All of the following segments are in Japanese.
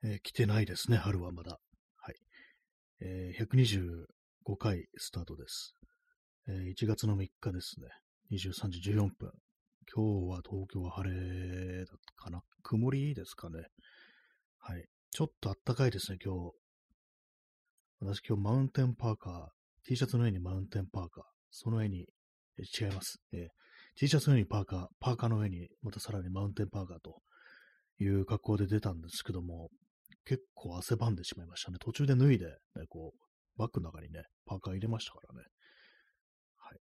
来てないですね、春はまだ。はい。125回スタートです。1月の3日ですね。23時14分。今日は東京は晴れだったかな。曇りですかね。はい。ちょっと暖かいですね、今日。私今日マウンテンパーカー、T シャツの上にマウンテンパーカー、その上に、違います。T シャツの上にパーカー、パーカーの上にまたさらにマウンテンパーカーという格好で出たんですけども、結構汗ばんでしまいましたね。途中で脱いで、ね、こう、バッグの中にね、パーカー入れましたからね。はい。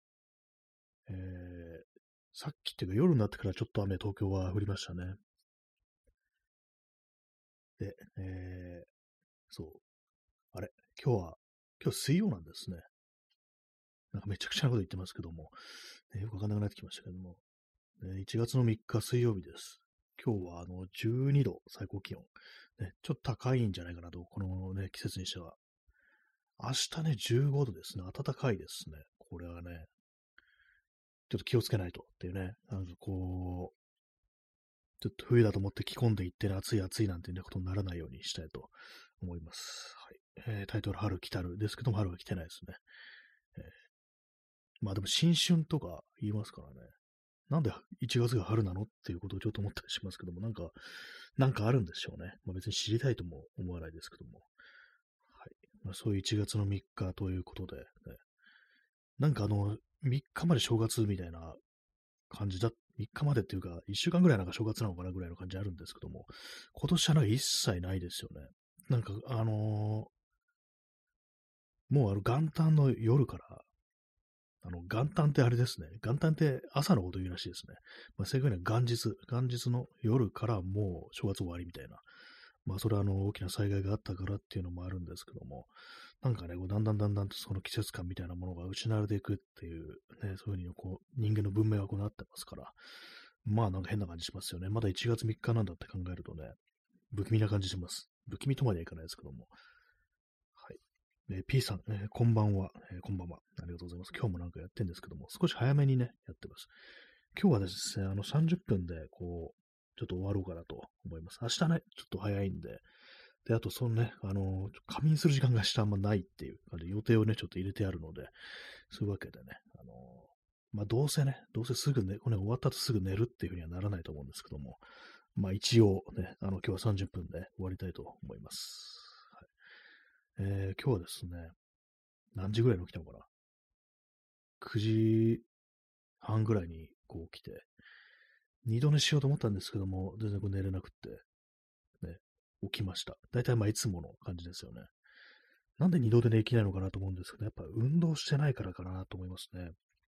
さっきっていうか夜になってからちょっと雨東京は降りましたね。で、そう。あれ、今日水曜なんですね。なんかめちゃくちゃなこと言ってますけども、よくわかんなくなってきましたけども、1月の3日水曜日です。今日は12度最高気温、ね。ちょっと高いんじゃないかなと、このね、季節にしては。明日ね、15度ですね。暖かいですね。これはね、ちょっと気をつけないとっていうね、なんかこう、ちょっと冬だと思って着込んでいってね、暑い暑いなんていうね、ことにならないようにしたいと思います。はい。タイトル春来たるですけども、春は来てないですね。えまあでも新春とか言いますからね。なんで1月が春なのっていうことをちょっと思ったりしますけども、なんかあるんでしょうね。まあ別に知りたいとも思わないですけども。はい。まあ、そういう1月の3日ということで、ね、なんか3日まで正月みたいな感じだ、3日までっていうか、1週間ぐらいなんか正月なのかなぐらいの感じあるんですけども、今年はなんか一切ないですよね。なんかもう元旦の夜から、元旦ってあれですね。元旦って朝のこと言うらしいですね。まあ、正確には元日の夜からもう正月終わりみたいな。まあ、それは大きな災害があったからっていうのもあるんですけども、なんかね、こうだんだんとその季節感みたいなものが失われていくっていう、ね、そういうふうにこう、人間の文明はこうなってますから、まあなんか変な感じしますよね。まだ1月3日なんだって考えるとね、不気味な感じします。不気味とまではいかないですけども。はい。P さん、こんばんは、こんばんは。ありがとうございます。今日もなんかやってんですけども、少し早めにね、やってます。今日はですね、30分で、こう、ちょっと終わろうかなと思います。明日ね、ちょっと早いんで、で、あと、そのね、仮眠する時間が明日あんまないっていう感じで、予定をね、ちょっと入れてあるので、そういうわけでね、まあ、どうせすぐね、これ終わった後すぐ寝るっていうふうにはならないと思うんですけども、まあ、一応ね、今日は30分で終わりたいと思います。はい。今日はですね、何時ぐらいに起きたのかな？ 9 時半ぐらいにこう起きて、二度寝しようと思ったんですけども、全然こう寝れなくって、ね、起きました。大体まあいつもの感じですよね。なんで二度寝できないのかなと思うんですけど、やっぱ運動してないからかなと思いますね。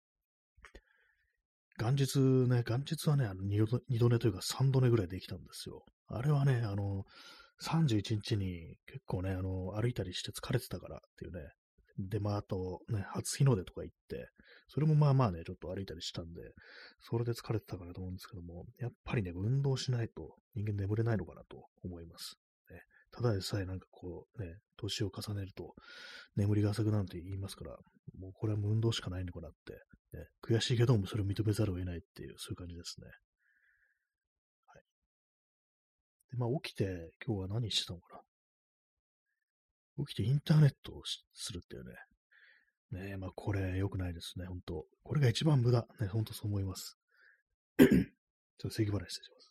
元日はね、二度寝というか三度寝ぐらいできたんですよ。あれはね、31日に結構ね、歩いたりして疲れてたからっていうね。で、まあ、あとね、初日の出とか行って、それもまあまあね、ちょっと歩いたりしたんで、それで疲れてたからと思うんですけども、やっぱりね、運動しないと人間眠れないのかなと思います。ね、ただでさえなんかこうね、年を重ねると眠りが浅くなるって言いますから、もうこれはもう運動しかないのかなって、ね、悔しいけどもそれを認めざるを得ないっていう、そういう感じですね。はい。で、まあ起きて今日は何してたのかな。起きてインターネットをするっていうね。ねえ、まあこれ良くないですね、本当これが一番無駄。ね、本当そう思います。ちょっと咳払い失礼します。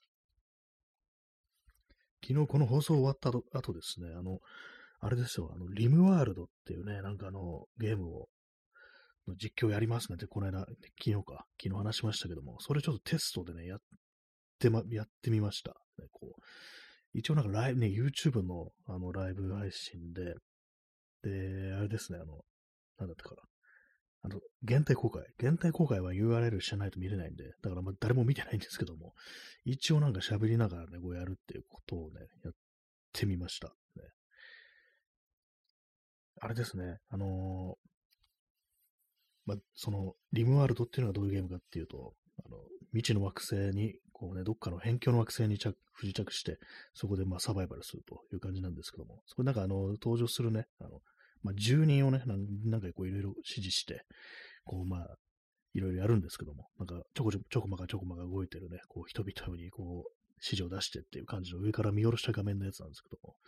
昨日この放送終わった後ですね、あれですよ、リムワールドっていうね、なんかゲームを、実況やりますねって、この間、昨日話しましたけども、それちょっとテストでね、やってみました。ね、こう、一応なんかYouTube のライブ配信で、で、あれですね、なんだったかな。限定公開は URL しないと見れないんで、だからまあ誰も見てないんですけども、一応なんか喋りながらね、こうやるっていうことをね、やってみました。ね、あれですね、まあ、その、リムワールドっていうのはどういうゲームかっていうと、未知の惑星に、こうね、どっかの辺境の惑星に不時着して、そこでまあサバイバルするという感じなんですけども、そこでなんか登場するね、まあ、住人をね、なんかこういろいろ指示して、こうまあ、いろいろやるんですけども、なんかちょこまか動いてるね、こう人々にこう指示を出してっていう感じの上から見下ろした画面のやつなんですけども、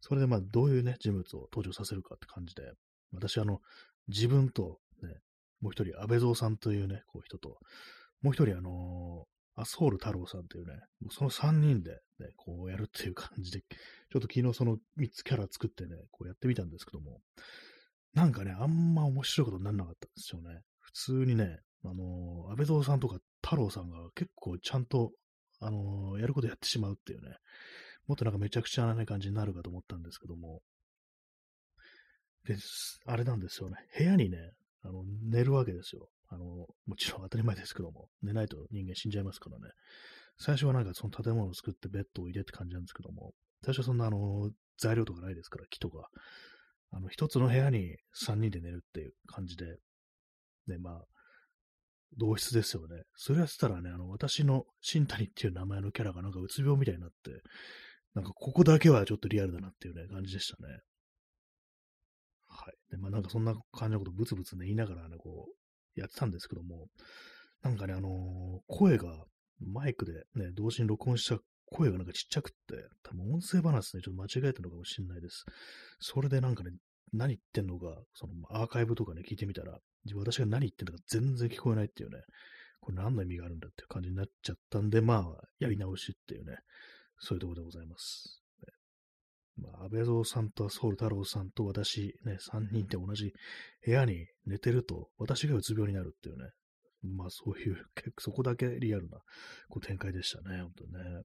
それでまあ、どういうね、人物を登場させるかって感じで、私自分と、ね、もう一人、安倍蔵さんというね、こう人と、もう一人、アソール太郎さんというね、その三人で、ね、こうやるっていう感じで、ちょっと昨日その三つキャラ作ってね、こうやってみたんですけども、なんかね、あんま面白いことにならなかったんですよね。普通にね、安倍蔵さんとか太郎さんが結構ちゃんと、やることやってしまうっていうね、もっとなんかめちゃくちゃな、ね、感じになるかと思ったんですけども、で、あれなんですよね。部屋にね、寝るわけですよ。もちろん当たり前ですけども、寝ないと人間死んじゃいますからね。最初はなんかその建物を作ってベッドを入れって感じなんですけども、最初はそんな材料とかないですから、木とか。一つの部屋に3人で寝るっていう感じで、で、まあ、同室ですよね。それやってたらね、私の新谷っていう名前のキャラがなんかうつ病みたいになって、なんかここだけはちょっとリアルだなっていうね、感じでしたね。はい。で、まあなんかそんな感じのことブツブツね、言いながらね、こう、やってたんですけども、なんかね、声が、マイクでね、同時に録音した声がなんかちっちゃくって、多分音声話ね、ちょっと間違えてるのかもしれないです。それでなんかね、何言ってんのか、そのアーカイブとかね、聞いてみたら、私が何言ってんのか全然聞こえないっていうね、これ何の意味があるんだっていう感じになっちゃったんで、まあ、やり直しっていうね、そういうところでございます。まあ、安倍蔵さんとソウル太郎さんと私、ね、3人で同じ部屋に寝てると、私がうつ病になるっていうね、まあそういう、結構そこだけリアルなこう展開でしたね、本当にね。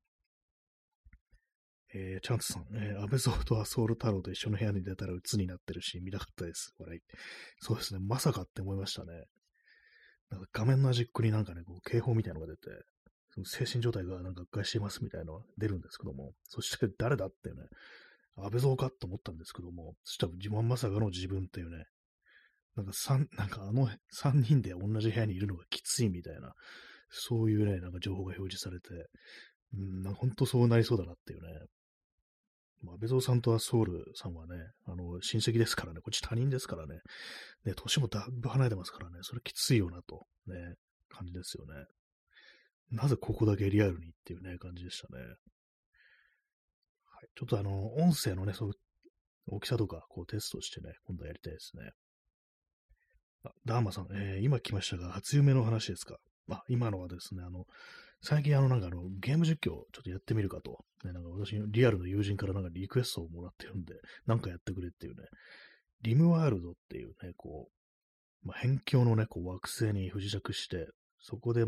チャンツさん、安倍蔵とソウル太郎と一緒の部屋に出たら鬱になってるシーン見たかったです。笑い。そうですね、まさかって思いましたね。なんか画面の端っこになんかね、こう警報みたいなのが出て、その精神状態がなんか悪化していますみたいなのが出るんですけども、そして誰だっていうね、安倍蔵かと思ったんですけども、そしたら自分まさかの自分っていうね、なんか三人で同じ部屋にいるのがきついみたいな、そういうね、なんか情報が表示されて、なんか本当そうなりそうだなっていうね。まあ、安倍蔵さんとはソウルさんはね、親戚ですからね、こっち他人ですからね、ね、年もだいぶ離れてますからね、それきついよなと、ね、感じですよね。なぜここだけリアルにっていうね、感じでしたね。はい、ちょっと音声のね、そう大きさとか、こうテストしてね、今度はやりたいですね。ダーマさん、今来ましたが、初夢の話ですか。今のはですね、最近なんかゲーム実況をちょっとやってみるかと、ね、なんか私、リアルの友人からなんかリクエストをもらってるんで、なんかやってくれっていうね、リムワールドっていうね、こう、辺境のね、こう惑星に不時着して、そこで、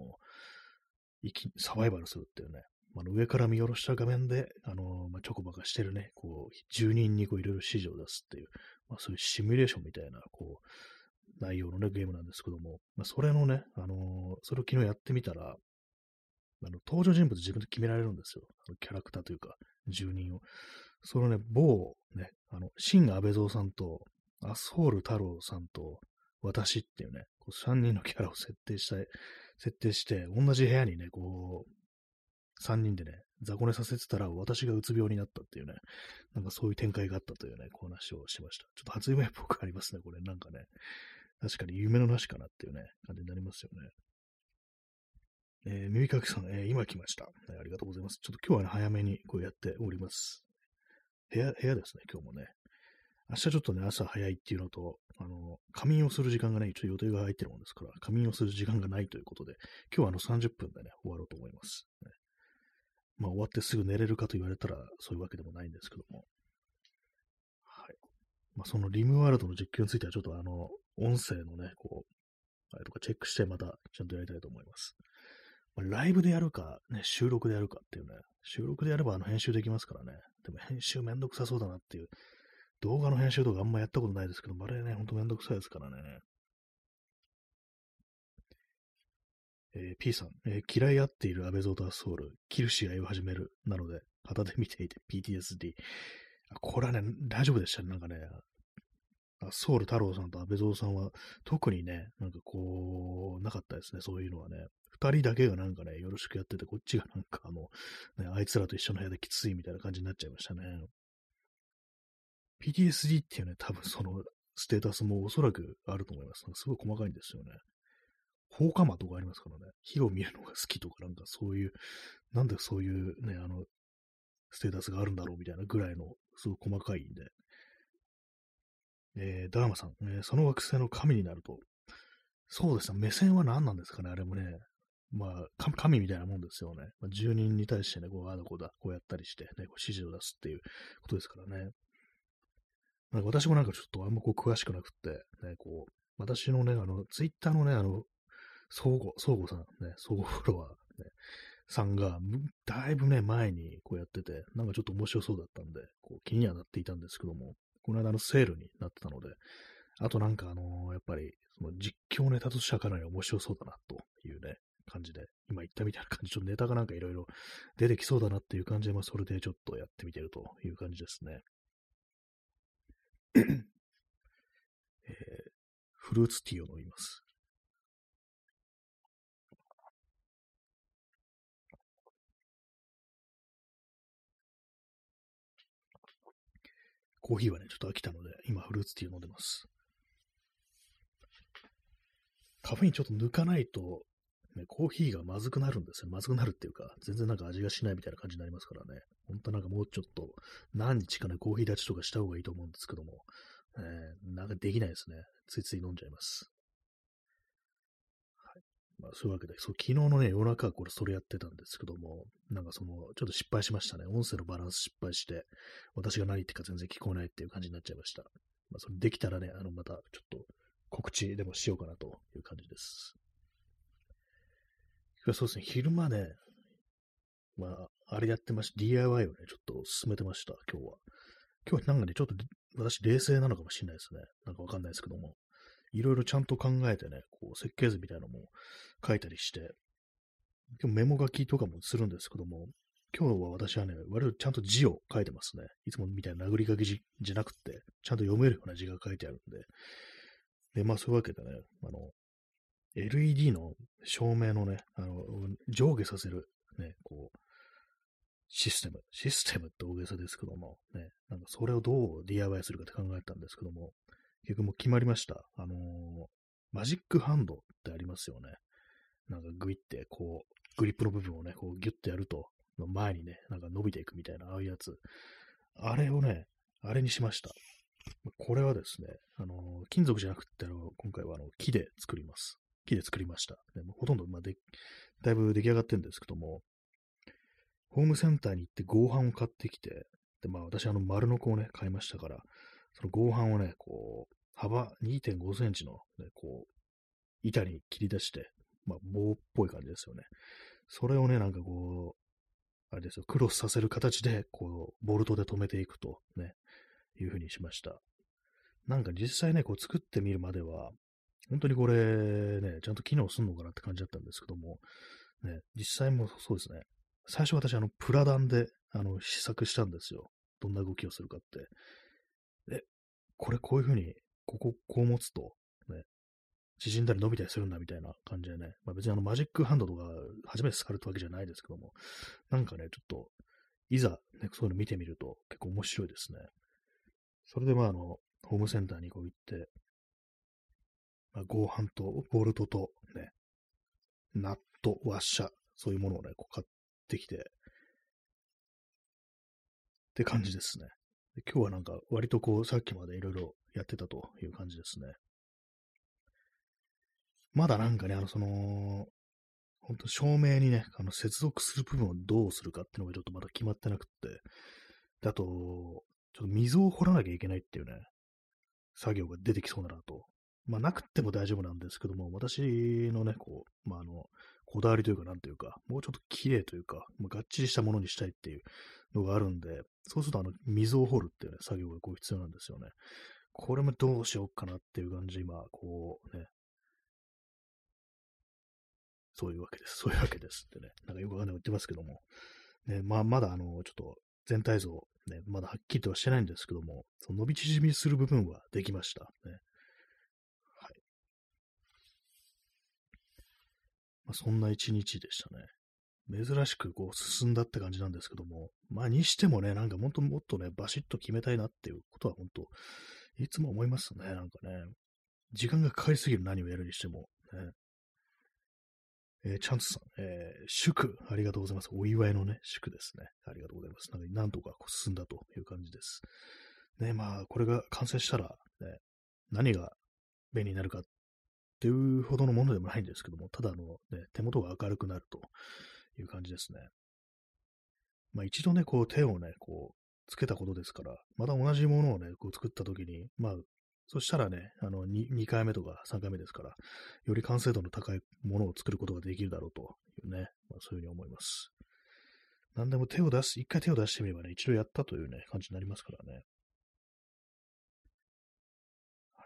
サバイバルするっていうね、上から見下ろした画面で、ちょこばかしてるね、こう、住人にこういろいろ指示を出すっていう、そういうシミュレーションみたいな、こう、内容のね、ゲームなんですけども、それのね、それを昨日やってみたら、登場人物自分で決められるんですよ。キャラクターというか、住人を。そのね、某、ね、新安倍蔵さんと、アスホール太郎さんと、私っていうね、こう3人のキャラを設定して、同じ部屋にね、こう、3人でね、雑魚寝させてたら、私がうつ病になったっていうね、なんかそういう展開があったというね、こう話をしました。ちょっと初夢っぽくありますね、これ。なんかね、確かに夢の話かなっていうね、感じになりますよね。耳かきさん、今来ました、ありがとうございます。ちょっと今日はね、早めにこうやっております。部屋ですね、今日もね。明日ちょっとね、朝早いっていうのと、仮眠をする時間がない、ちょっと予定が入ってるもんですから、仮眠をする時間がないということで、今日は30分でね、終わろうと思います。ね、終わってすぐ寝れるかと言われたら、そういうわけでもないんですけども。はい。そのリムワールドの実況については、ちょっと音声のね、こう、あれとかチェックして、またちゃんとやりたいと思います。ライブでやるか、ね、収録でやるかっていうね、収録でやれば編集できますからね。でも編集めんどくさそうだなっていう、動画の編集とかあんまやったことないですけど、あれね、ほんとめんどくさいですからね。P さん、嫌い合っている安倍ゾータソウル、切る試合を始める。なので、旗で見ていて PTSD。これはね、大丈夫でしたね。なんかね、ソウル太郎さんと安倍蔵さんは、特にね、なんかこう、なかったですね、そういうのはね。二人だけがなんかね、よろしくやってて、こっちがなんかね、あいつらと一緒の部屋できついみたいな感じになっちゃいましたね。PTSD っていうね、多分そのステータスもおそらくあると思います。すごい細かいんですよね。放火魔とかありますからね。火を見るのが好きとか、なんかそういう、なんでそういうね、 ステータスがあるんだろうみたいなぐらいの、すごい細かいんで。ダーマさん、その惑星の神になると、そうですね、目線は何なんですかね、あれもね。まあ、神みたいなもんですよね。まあ、住人に対してね、こう、あだこうだ、こうやったりして、ね、こう指示を出すっていうことですからね。なんか私もなんかちょっとあんまこう詳しくなくって、ね、こう、私のね、ツイッターのね、相互さん、ね、相互フォロワー、ね、さんが、だいぶね、前にこうやってて、なんかちょっと面白そうだったんで、こう気にはなっていたんですけども、この間セールになってたので、あとなんかやっぱり、その実況ネタとしてはかなり面白そうだなというね、感じで、今言ったみたいな感じ、ちょっとネタがなんかいろいろ出てきそうだなっていう感じで、まあそれでちょっとやってみてるという感じですね。フルーツティーを飲みます。コーヒーはね、ちょっと飽きたので、今フルーツティーを飲んでます。カフェインちょっと抜かないと、ね、コーヒーがまずくなるんですよ。まずくなるっていうか、全然なんか味がしないみたいな感じになりますからね。本当なんかもうちょっと、何日かね、コーヒー立ちとかした方がいいと思うんですけども、なんかできないですね。ついつい飲んじゃいます。はい。まあ、そういうわけで、そう、昨日のね、夜中はこれ、それやってたんですけども、なんかその、ちょっと失敗しましたね。音声のバランス失敗して、私が何言ってるか全然聞こえないっていう感じになっちゃいました。まあ、それできたらね、また、ちょっと、告知でもしようかなという感じです。そうですね、昼間ね、まあ、あれやってました。DIY をね、ちょっと進めてました、今日は。今日はなんかね、ちょっと私冷静なのかもしれないですね。なんかわかんないですけども。いろいろちゃんと考えてね、こう、設計図みたいなのも書いたりして、今日メモ書きとかもするんですけども、今日は私はね、割とちゃんと字を書いてますね。いつもみたいな殴り書き字じゃなくて、ちゃんと読めるような字が書いてあるんで。で、まあそういうわけでね、LED の照明のね、上下させる、ね、こう、システムって大げさですけども、ね、なんかそれをどう DIY するかって考えたんですけども、結局もう決まりました。マジックハンドってありますよね。なんかグイって、こう、グリップの部分をね、こうギュッてやると、前にね、なんか伸びていくみたいな、ああいうやつ。あれをね、あれにしました。これはですね、金属じゃなくて、今回は木で作ります。木で作りました。でもほとんど、だいぶ出来上がってるんですけども、ホームセンターに行って合板を買ってきて、で、まあ私丸のこをね、買いましたから、その合板をね、こう、幅2.5センチの、ね、こう、板に切り出して、まあ棒っぽい感じですよね。それをね、なんかこう、あれですよ、クロスさせる形で、こう、ボルトで止めていくと、ね、いう風にしました。なんか実際ね、こう作ってみるまでは、本当にこれね、ちゃんと機能すんのかなって感じだったんですけども、ね、実際もそうですね。最初私、プラダンで、試作したんですよ。どんな動きをするかって。え、これこういう風に、こう持つと、ね、縮んだり伸びたりするんだみたいな感じでね、まあ別にマジックハンドとか初めて使われたわけじゃないですけども、なんかね、ちょっと、いざ、ね、そういうの見てみると結構面白いですね。それでまあホームセンターにこう行って、まあ、合板とボルトとね、ナット、ワッシャー、そういうものをね、こう買ってきて、って感じですね。で今日はなんか割とこうさっきまでいろいろやってたという感じですね。まだなんかね、本当照明にね、接続する部分をどうするかっていうのがちょっとまだ決まってなくって、であと、ちょっと溝を掘らなきゃいけないっていうね、作業が出てきそうだなと。まあ、なくても大丈夫なんですけども、私のね、こう、こだわりというか、なんというか、もうちょっと綺麗というか、がっちりしたものにしたいっていうのがあるんで、そうすると、溝を掘るっていうね、作業がこう必要なんですよね。これもどうしようかなっていう感じ、今、こうね、そういうわけです。そういうわけですってね、なんかよくわかんないこと言ってますけども、ね、まあ、まだちょっと全体像、ね、まだはっきりとはしてないんですけども、その伸び縮みする部分はできました。ね。はい。まあ、そんな一日でしたね。珍しくこう進んだって感じなんですけども、まあにしてもね、なんか本当もっとね、バシッと決めたいなっていうことは本当、いつも思いますね、なんかね。時間がかかりすぎる何をやるにしても。ね、 チャンツさん、祝、ありがとうございます。お祝いのね、祝ですね。ありがとうございます。なんとかこう進んだという感じです。ね、まあ、これが完成したら、ね、何が便利になるかっていうほどのものでもないんですけども、ただね、手元が明るくなるという感じですね。まあ一度ね、こう手をね、こう、つけたことですから、また同じものをね、こう作ったときに、まあ、そしたらね、2回目とか3回目ですから、より完成度の高いものを作ることができるだろうというね、まあ、そういうふうに思います。何でも一回手を出してみればね、一度やったというね、感じになりますからね。はい、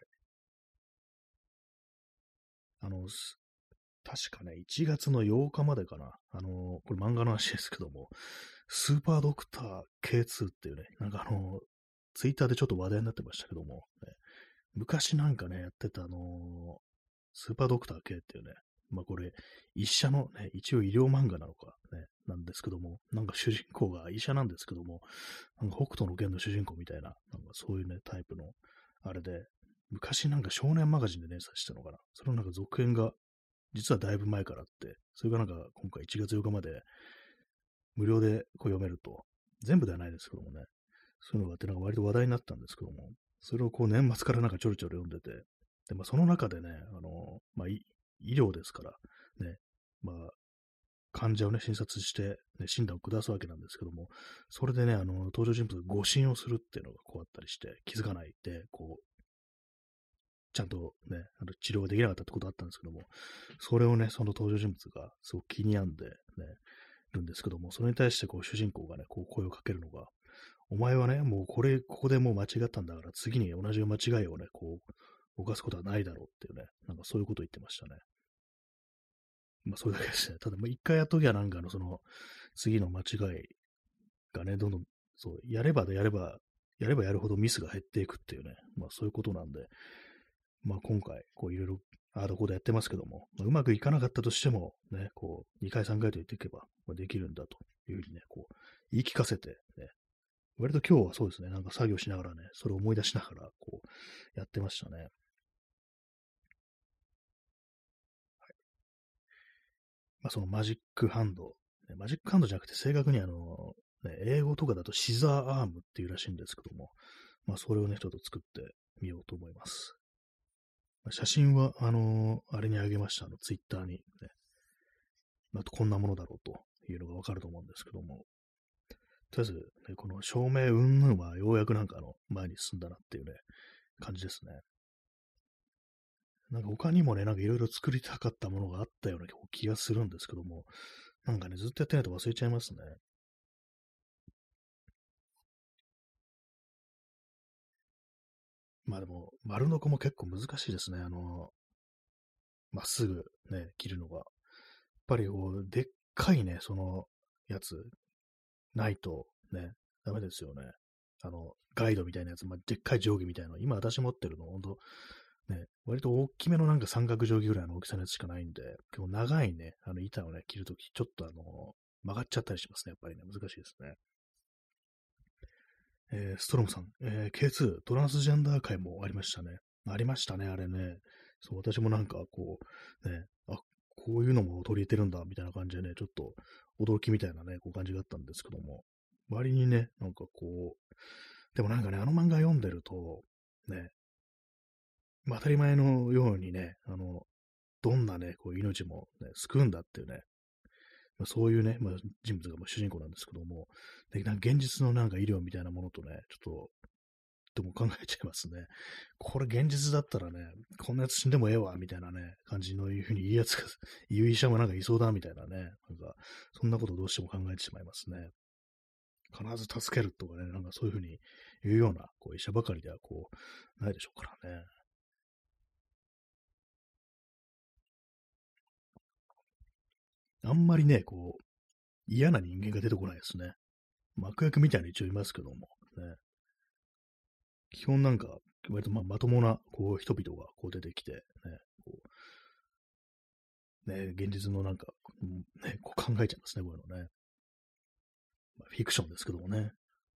あの、確かね、1月の8日までかな。これ漫画の話ですけども、スーパードクター K2 っていうね、ツイッターでちょっと話題になってましたけども、ね、昔なんかね、やってたスーパードクター K っていうね、まあこれ、医者のね、一応医療漫画なのかね、なんですけども、なんか主人公が医者なんですけども、なんか北斗の拳の主人公みたいな、なんかそういうね、タイプの、あれで、昔なんか少年マガジンで連載してたのかな。それのなんか続編が、実はだいぶ前からあって、それがなんか今回1月8日まで無料でこう読めると、全部ではないですけどもね、そういうのがあって、なんか割と話題になったんですけども、それをこう年末からなんかちょろちょろ読んでて、で、まあその中でね、まあ医療ですから、ね、まあ患者をね、診察して、ね、診断を下すわけなんですけども、それでね、登場人物が誤診をするっていうのがこうあったりして、気づかないで、こう、ちゃんとね、治療ができなかったってことあったんですけども、それをね、その登場人物がすごく気に病んで、ね、るんですけども、それに対してこう主人公がね、こう声をかけるのが、お前はね、もうここでもう間違ったんだから、次に同じ間違いをね、こう、犯すことはないだろうっていうね、なんかそういうことを言ってましたね。まあ、それだけですね。ただ、もう一回やっときゃ、なんか次の間違いがね、どんどん、そう、やればやるほどミスが減っていくっていうね、まあそういうことなんで、まあ今回、こういろいろ、ああだこうだやってますけども、まあ、うまくいかなかったとしても、ね、こう、2回3回と言っていけば、まあ、できるんだというふうにね、こう、言い聞かせて、ね、割と今日はそうですね、なんか作業しながらね、それを思い出しながら、こう、やってましたね。まあそのマジックハンド、ね、マジックハンドじゃなくて正確にね、英語とかだとシザーアームっていうらしいんですけども、まあそれをね、ちょっと作ってみようと思います。写真は、あれにあげました、ツイッターに、ね、まあ、こんなものだろうというのがわかると思うんですけども、とりあえず、ね、この照明云々はようやくなんか前に進んだなっていうね、感じですね。なんか他にもね、なんかいろいろ作りたかったものがあったような気がするんですけども、なんかね、ずっとやってないと忘れちゃいますね。まあでも、丸ノコも結構難しいですね。まっすぐね、切るのが。やっぱりこう、でっかいね、そのやつ、ないとね、ダメですよね。ガイドみたいなやつ、まあ、でっかい定規みたいなの、今私持ってるの、ほんと、ね、割と大きめのなんか三角定規ぐらいの大きさのやつしかないんで、結構長いね、板をね、切るとき、ちょっと曲がっちゃったりしますね。やっぱりね、難しいですね。ストロムさん、K2、トランスジェンダー会もありましたね。ありましたね、あれね。そう、私もなんかこう、ね、あ、こういうのも取り入れてるんだ、みたいな感じでね、ちょっと驚きみたいなね、こう感じがあったんですけども、割にね、なんかこう、でもなんかね、あの漫画読んでると、ね、まあ、当たり前のようにね、どんなね、こう命も、ね、救うんだっていうね、まあ、そういうね、まあ、人物がまあ主人公なんですけども、でなんか現実のなんか医療みたいなものとね、ちょっと、でも考えちゃいますね。これ現実だったらね、こんなやつ死んでもええわ、みたいなね、感じのいうふうに言うやつが、言う医者もなんかいそうだ、みたいなね、なんか、そんなことをどうしても考えてしまいますね。必ず助けるとかね、なんかそういうふうに言うような、こう医者ばかりではこう、ないでしょうからね。あんまりね、こう、嫌な人間が出てこないですね。悪役みたいな一応いますけども、ね。基本なんか、割とまともな、こう、人々がこう出てきて、ね、こね、現実のなんか、ね、こう考えちゃいますね、こういうのね。まあ、フィクションですけどもね。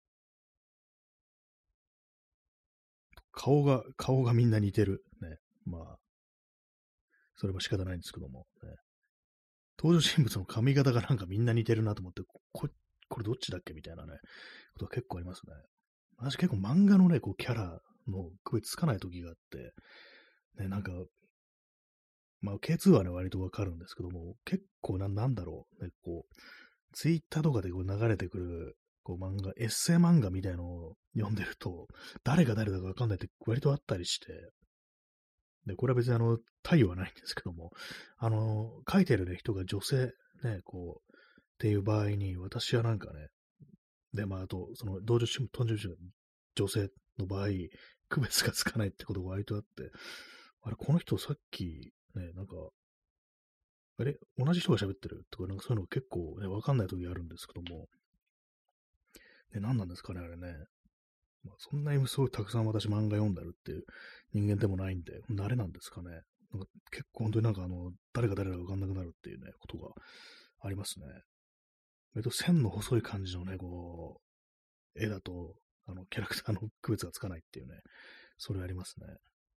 顔がみんな似てる。ね。まあ、それも仕方ないんですけども、ね。 登場人物の髪型がなんかみんな似てるなと思って、これどっちだっけみたいなね、ことが結構ありますね。私結構漫画のね、こうキャラの区別つかない時があって、ね、なんか、まあ K2 はね、割とわかるんですけども、結構なんだろう、ね、こう、ツイッターとかでこう流れてくる、こう漫画、エッセイ漫画みたいのを読んでると、誰が誰だかわかんないって割とあったりして、で、これは別に対応はないんですけども、書いてるね、人が女性、ね、こう、っていう場合に、私はなんかね、で、まあ、あと、その、登場人物が女性の場合、区別がつかないってことが割とあって、あれ、この人さっき、ね、なんか、あれ、同じ人が喋ってるとか、なんかそういうのが結構ね、わかんない時あるんですけども、何なんですかね、あれね。まあ、そんなにすごいたくさん私漫画読んだるっていう人間でもないんで、慣れなんですかね。なんか結構本当になんか誰が誰だかわかんなくなるっていうね、ことがありますね。線の細い感じのね、こう、絵だと、キャラクターの区別がつかないっていうね、それありますね。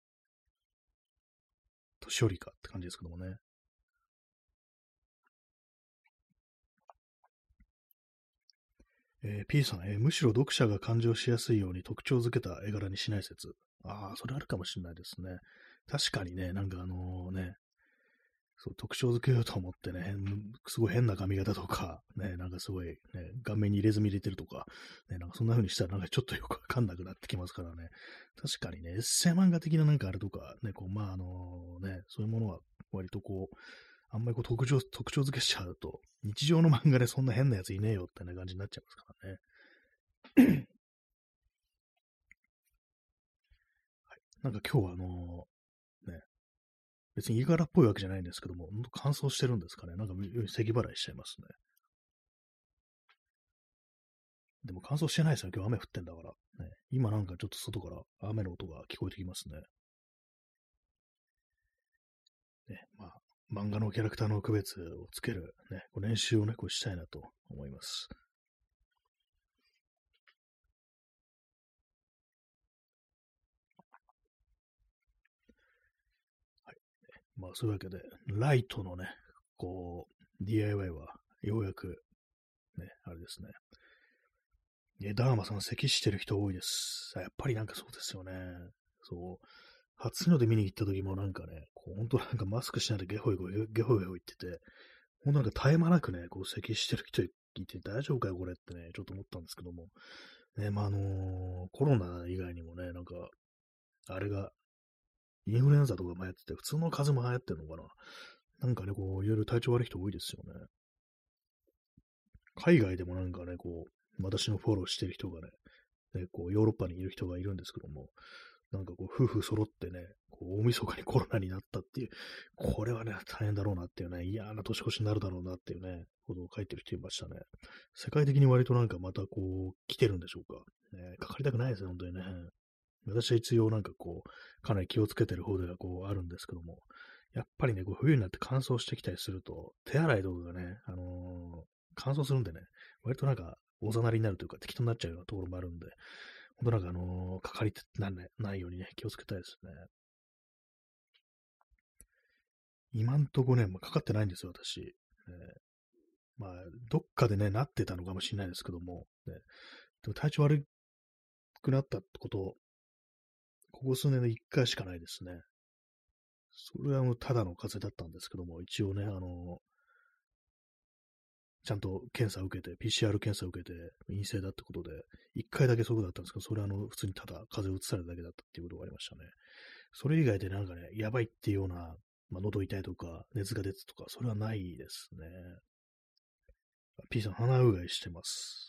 年寄りかって感じですけどもね。P さん、むしろ読者が感情しやすいように特徴づけた絵柄にしない説。ああ、それあるかもしれないですね。確かにね、なんかそう、特徴づけようと思ってね、すごい変な髪型とか、ね、なんかすごい、ね、顔面に入れ墨入れてるとか、ね、なんかそんな風にしたらなんかちょっとよくわかんなくなってきますからね。確かにね、エッセイ漫画的ななんかあれとか、ね、こう、まあそういうものは割とこう、あんまりこう特徴づけしちゃうと、日常の漫画でそんな変なやついねえよってな感じになっちゃいますからね。はい、なんか今日はね、別にいい柄っぽいわけじゃないんですけども、ほんと乾燥してるんですかね。なんか咳払いしちゃいますね。でも乾燥してないですよ。今日雨降ってんだから。ね、今なんかちょっと外から雨の音が聞こえてきますね。ね、まあ、漫画のキャラクターの区別をつける、ね、練習をね、こうしたいなと思います。はい。まあ、そういうわけで、ライトのね、こう、DIY は、ようやく、ね、あれですね。ダーマさん、咳してる人多いです。やっぱりなんかそうですよね。そう。初日の出見に行った時もなんかね、こう本当なんかマスクしないでゲホゲホ言ってて、ほんとなんか絶え間なくね、こう咳してる人いて大丈夫かよこれってね、ちょっと思ったんですけども。ね、まあコロナ以外にもね、なんか、あれが、インフルエンザとかも流行ってて、普通の風邪も流行ってるのかな。なんかね、こう、いろいろ体調悪い人多いですよね。海外でもなんかね、こう、私のフォローしてる人がね、こう、ヨーロッパにいる人がいるんですけども、なんかこう、夫婦揃ってね、こう大晦日にコロナになったっていう、これはね、大変だろうなっていうね、嫌な年越しになるだろうなっていうね、ことを書いてる人いましたね。世界的に割となんかまたこう、来てるんでしょうか。ね、かかりたくないですね、本当にね。私は一応なんかこう、かなり気をつけてる方ではこう、あるんですけども、やっぱりね、こう冬になって乾燥してきたりすると、手洗いとかがね、乾燥するんでね、割となんか、おざなりになるというか、適当になっちゃうようなところもあるんで、本当なんかかかりないようにね、気をつけたいですね。今んとこね、まあ、かかってないんですよ、私。まあ、どっかでね、なってたのかもしれないですけども、ね、でも体調悪くなったこと、ここ数年で1回しかないですね。それはもうただの風邪だったんですけども、一応ね、ちゃんと検査を受けて、PCR 検査を受けて、陰性だってことで、1回だけそうだったんですけど、それは普通にただ風邪を移されただけだったっていうことがありましたね。それ以外でなんかね、やばいっていうような、まあ、喉痛いとか、熱が出てとか、それはないですね。P さん、鼻うがいしてます。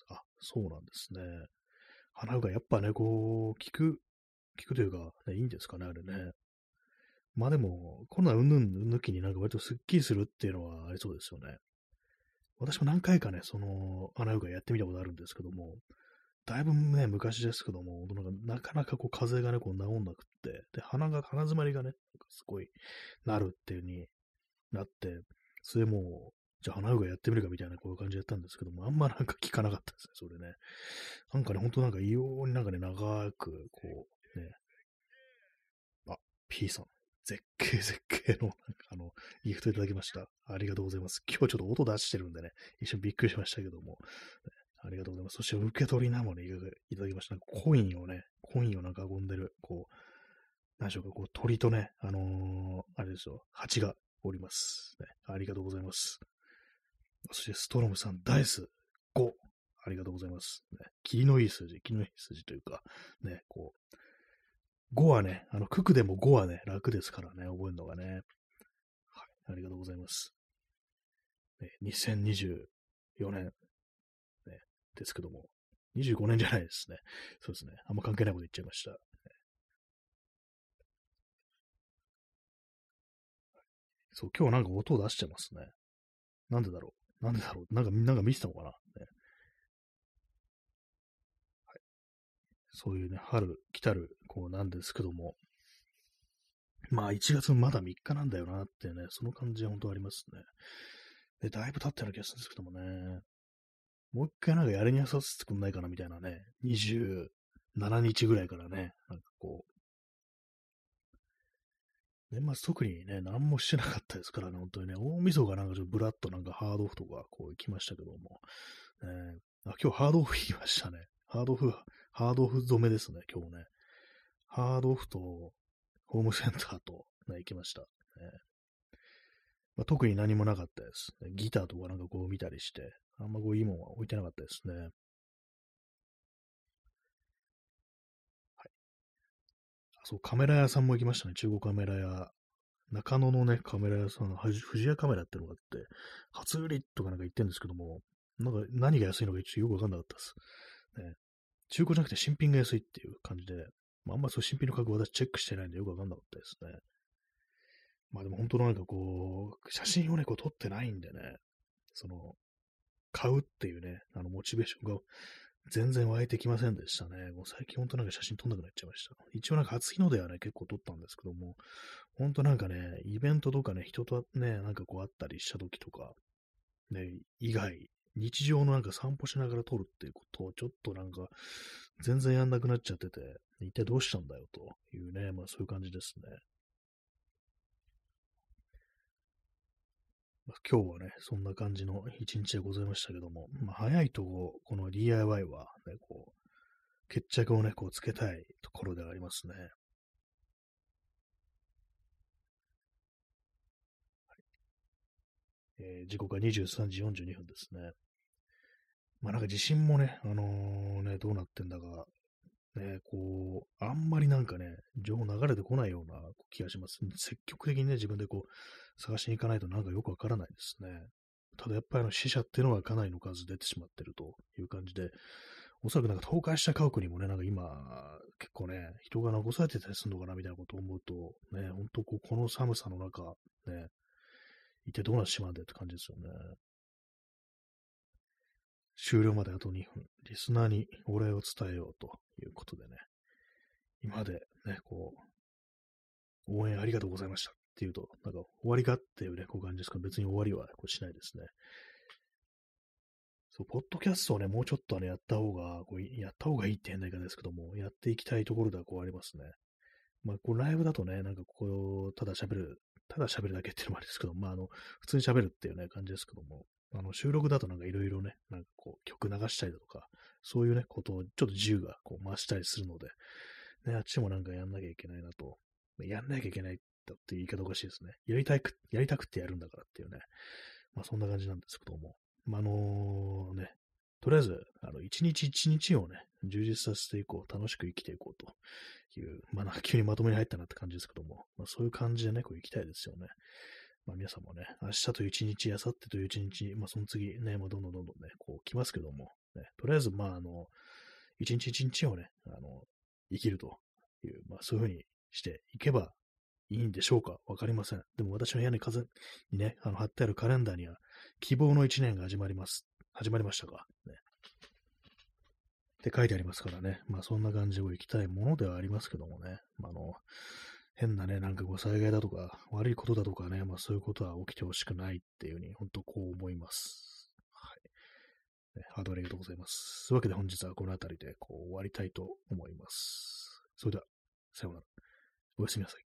あ、そうなんですね。鼻うがい、やっぱね、こう、効くというか、ね、いいんですかね、あれね。まあでも、コロナうんぬん抜きになんか割とスッキリするっていうのはありそうですよね。私も何回かね、鼻うがいやってみたことあるんですけども、だいぶね、昔ですけども、なかなかこう風邪がね、こう治んなくって、で、鼻詰まりがね、なんかすごいなるっていう風になって、それもう、じゃあ鼻うがいやってみるかみたいなこういう感じでやったんですけども、あんまなんか効かなかったですね、それね。なんかね、ほんとなんか異様になんかね、長く、こう、ね、あ、P さん、 絶景の、ギフトいただきました。ありがとうございます。今日ちょっと音出してるんでね、一瞬びっくりしましたけども、ありがとうございます。そして受け取りなもね、いただきました。なんかコインをなんか運んでる、こう、何でしょうか、こう鳥とね、あれですよ、蜂がおります、ね。ありがとうございます。そしてストロムさん、ダイス5。ありがとうございます。ね、気のいい数字というか、ね、こう、5はね、九九でも5はね、楽ですからね、覚えるのがね。はい、ありがとうございます。ね、2024年、ね、ですけども、25年じゃないですね。そうですね。あんま関係ないこと言っちゃいました。そう、今日なんか音を出してますね。なんでだろう。なんか見てたのかな、ね。そういうね、春来たる、こうなんですけども、まあ1月まだ3日なんだよなってね、その感じは本当ありますね。で、だいぶ経ったような気がするんですけどもね、もう一回なんかやりにさせてくんないかなみたいなね、27日ぐらいからね、なんかこう、年末特にね、何もしてなかったですからね、本当にね、大晦日なんかちょっとブラッとなんかハードオフとかこう行きましたけども、今日ハードオフ行きましたね。ハードオフ止めですね、今日ね。ハードオフとホームセンターと、ね、行きました。まあ、特に何もなかったです。ギターとかなんかこう見たりして、あんまこういいもんは置いてなかったですね。そう、カメラ屋さんも行きましたね。中古カメラ屋。中野のね、カメラ屋さん、富士屋カメラってのがあって、初売りとかなんか言ってるんですけども、なんか何が安いのかちょっとよくわかんなかったです。ね、中古じゃなくて新品が安いっていう感じで、まあ、あんまそう新品の価格私チェックしてないんでよくわかんなかったですね。まあでも本当なんかこう、写真をね、こう撮ってないんでね、その、買うっていうね、モチベーションが全然湧いてきませんでしたね。もう最近ほんとなんか写真撮んなくなっちゃいました。一応なんか初日の出はね、結構撮ったんですけども、ほんとなんかね、イベントとかね、人とね、なんかこう会ったりした時とか、ね、以外、日常のなんか散歩しながら撮るっていうことをちょっとなんか全然やんなくなっちゃってて、一体どうしたんだよというね、まあそういう感じですね。まあ、今日はね、そんな感じの一日でございましたけども、まあ、早いとこの DIY はね、こう、決着をね、こうつけたいところでありますね。時刻が23時42分ですね。まあなんか地震もね、どうなってんだか、ね、こう、あんまりなんかね、情報流れてこないような気がします。積極的にね、自分でこう、探しに行かないとなんかよくわからないですね。ただやっぱり死者っていうのはかなりの数出てしまってるという感じで、おそらくなんか倒壊した家屋にもね、なんか今、結構ね、人が残されてたりするのかなみたいなことを思うと、ね、ほんとこの寒さの中、ね、一体どうなってしまうんだよって感じですよね。終了まであと2分。リスナーにお礼を伝えようということでね、今までね、こう、応援ありがとうございましたっていうと、なんか終わりかっていうね、こう感じですけど、別に終わりはこうしないですね。そう、ポッドキャストをね、もうちょっとね、やった方がいいって変な言い方ですけども、やっていきたいところではこうありますね。まあ、こうライブだとね、なんかこう、ただ喋るだけっていうのもあれですけど、まあ、普通に喋るっていうね、感じですけども、収録だとなんかいろいろね、なんかこう、曲流したりだとか、そういうね、ことをちょっと自由がこう回したりするので、ね、あっちもなんかやんなきゃいけないなと。やんなきゃいけないだっていう言い方おかしいですね。やりたくてやるんだからっていうね。まあそんな感じなんですけども。まあね、とりあえず、一日一日をね、充実させていこう、楽しく生きていこうという、まあなんか急にまとめに入ったなって感じですけども、まあそういう感じでね、こう行きたいですよね。まあ皆さんもね、明日という一日、明後日という一日、まあその次ね、まあどんどんね、こう来ますけども、ね、とりあえずまあ一日一日をね、生きるという、まあそういうふうにしていけばいいんでしょうかわかりません。でも私の部屋ににね、貼ってあるカレンダーには、希望の一年が始まります。始まりましたか、ね。って書いてありますからね。まあそんな感じを行きたいものではありますけどもね。まあ、変なね、なんかこう災害だとか、悪いことだとかね、まあそういうことは起きてほしくないっていうふうに、本当こう思います。はい。ね、ハードありがとうございます。というわけで本日はこの辺りでこう終わりたいと思います。それでは、さようなら。おやすみなさい。